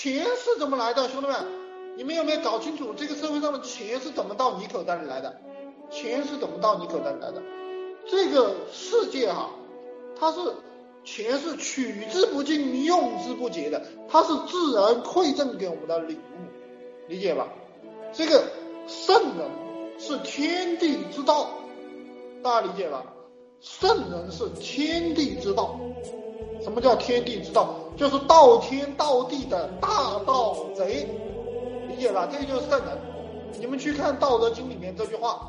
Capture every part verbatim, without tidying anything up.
钱是怎么来的，兄弟们？你们有没有搞清楚这个社会上的钱是怎么到你口袋里来的？钱是怎么到你口袋里来的？这个世界哈、啊，它是钱是取之不尽用之不竭的，它是自然馈赠给我们的礼物，理解吧？这个圣人是天地之道，大家理解吧？圣人是天地之道。什么叫天地之道？就是道天道地的大盗贼，理解吧？这个就是圣人。你们去看《道德经》里面这句话，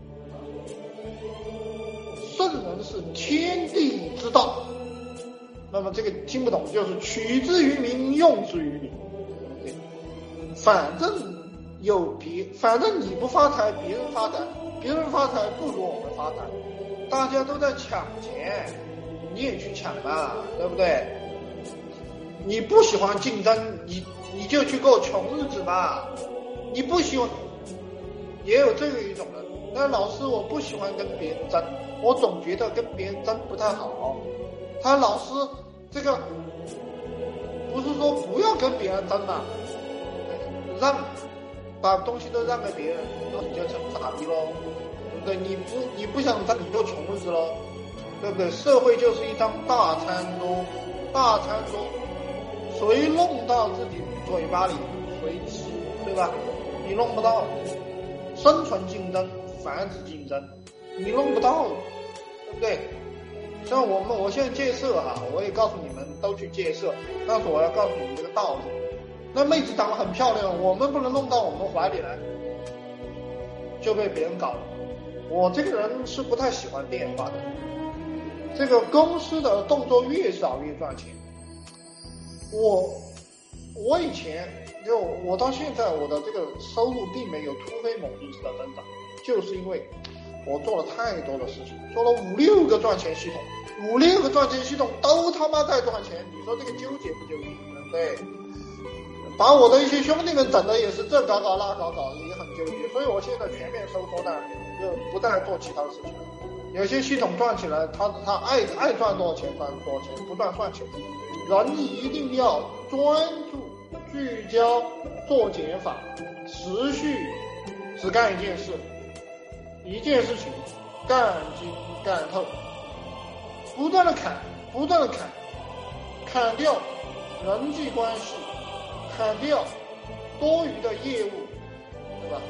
圣人是天地之道。那么这个听不懂，就是取之于民，用之于民。反正有别，反正你不发财，别人发财，别人发财不如我们发财。大家都在抢钱，你也去抢嘛，对不对？你不喜欢竞争，你你就去过穷日子嘛。你不喜欢，也有这个一种人。那老师，我不喜欢跟别人争，我总觉得跟别人争不太好。他老师这个不是说不要跟别人争嘛，让把东西都让给别人，那你就成傻逼喽。对，你不你不想争，你就穷日子喽，对不对？社会就是一张大餐桌，大餐桌，谁弄到自己嘴巴里谁吃，对吧？你弄不到，生存竞争、繁殖竞争，你弄不到，对不对？像我们，我现在戒色哈，我也告诉你们都去戒色，但是我要告诉你们这个道理。那妹子长得很漂亮，我们不能弄到我们怀里来，就被别人搞了。我这个人是不太喜欢变化的，这个公司的动作越少越赚钱。我我以前就我到现在我的这个收入并没有突飞猛进式的增长，就是因为我做了太多的事情，做了五六个赚钱系统，五六个赚钱系统都他妈在赚钱，你说这个纠结不纠结？对不对？把我的一些兄弟们整的也是这搞搞那搞搞，也很纠结，所以我现在全面收缩在就不再做其他的事情了。有些系统赚起来，他他爱爱赚多少钱赚多少钱，不赚算钱。人一定要专注、聚焦、做减法，持续只干一件事，一件事情干精干透，不断的砍，不断的砍，砍掉人际关系，砍掉多余的业务，对吧？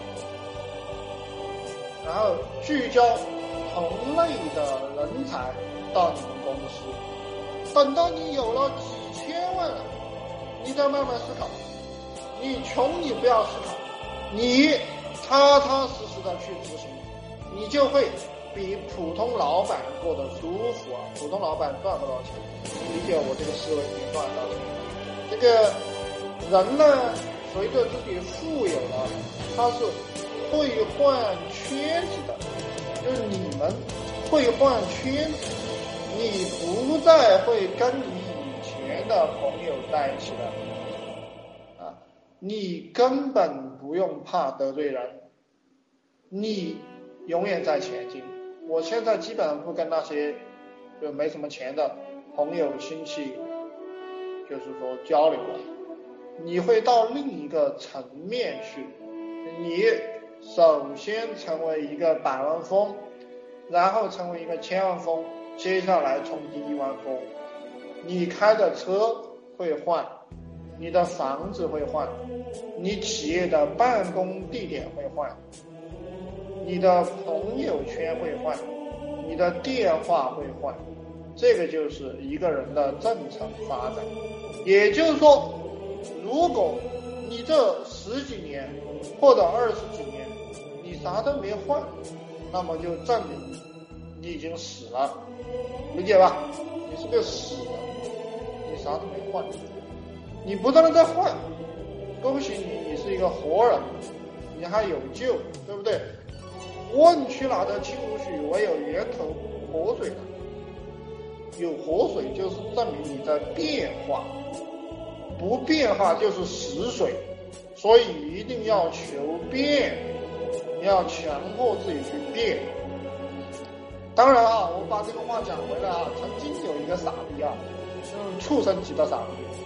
然后聚焦同类的人才到你们公司，等到你有了几千万了，你再慢慢思考。你穷你不要思考，你踏踏实实的去执行，你就会比普通老板过得舒服啊！普通老板赚不到钱，理解我这个思维没赚到钱。这个人呢，随着自己富有了，他是会换圈子的，就是你们会换圈子，你不再会跟你以前的朋友在一起了啊！你根本不用怕得罪人，你永远在前进。我现在基本上不跟那些就没什么钱的朋友亲戚就是说交流了，你会到另一个层面去。你首先成为一个百万富，然后成为一个千万富，接下来冲击亿万富。你开的车会换，你的房子会换，你企业的办公地点会换，你的朋友圈会换，你的电话会换，这个就是一个人的正常发展。也就是说，如果你这十几年或者二十几年你啥都没换，那么就证明你已经死了，理解吧？你是个死人，你啥都没换，你不断的在换，恭喜你，你是一个活人，你还有救，对不对？问渠哪得清如许，唯有源头活水的。有活水就是证明你在变化，不变化就是死水，所以一定要求变，你要强迫自己去变。当然啊，我把这个话讲回来啊，曾经有一个傻逼啊，就是畜生级的傻逼，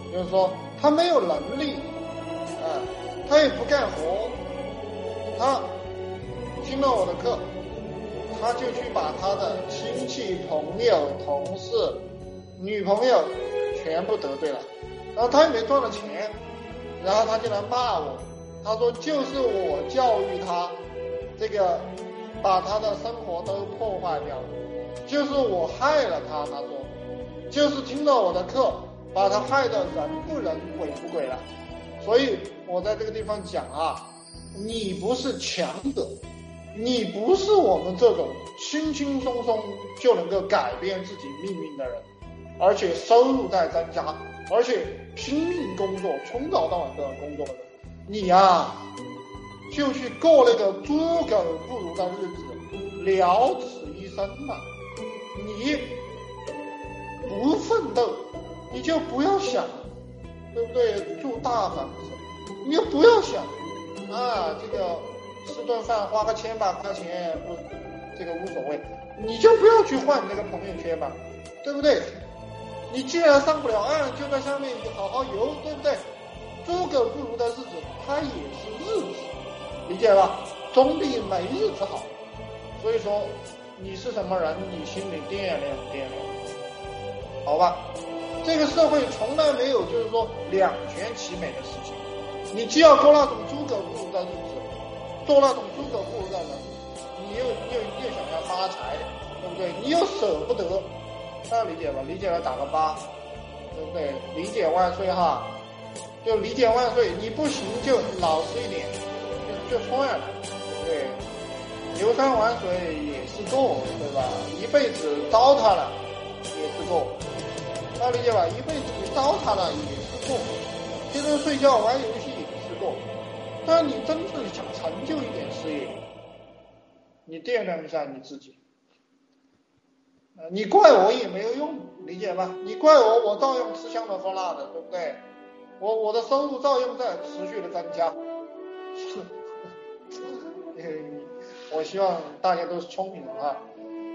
就是说他没有能力，啊，他也不干活，他听了我的课，他就去把他的亲戚、朋友、同事、女朋友全部得罪了，然后他也没赚了钱，然后他就来骂我，他说就是我教育他，这个把他的生活都破坏掉了，就是我害了他，他说就是听了我的课把他害得人不人鬼不鬼了。所以我在这个地方讲啊，你不是强者，你不是我们这种轻轻松松就能够改变自己命运的人，而且收入在增加，而且拼命工作，从早到晚都要工作的人，你呀、啊、就去过那个猪狗不如的日子，了此一生嘛。你不奋斗，你就不要想，对不对？住大房子，你就不要想啊，这个吃顿饭花个千把块钱不，这个无所谓，你就不要去换那个朋友圈嘛，对不对？你既然上不了岸，就在上面好好游，对不对？猪狗不如的日子，它也是日子，理解吧？总比没日子好。所以说，你是什么人，你心里掂量掂量，好吧？这个社会从来没有就是说两全其美的事情，你既要过那种猪狗不如的日子，做那种猪狗不如的人，你又又又想要发财，对不对？你又舍不得，大家理解吧？理解了打个八，对不对？理解万岁哈，就理解万岁，你不行就老实一点，就就算了，对不对？游山玩水也是够，对吧？一辈子糟蹋了也是够，大家理解吧？一辈子你糟蹋了也是够，天天睡觉玩游戏也是够，但你真正想成就一点事业，你掂量一下你自己。你怪我也没有用，理解吧？你怪我，我照样吃香的喝辣的，对不对？我我的收入照样在持续的增加。我希望大家都是聪明的啊。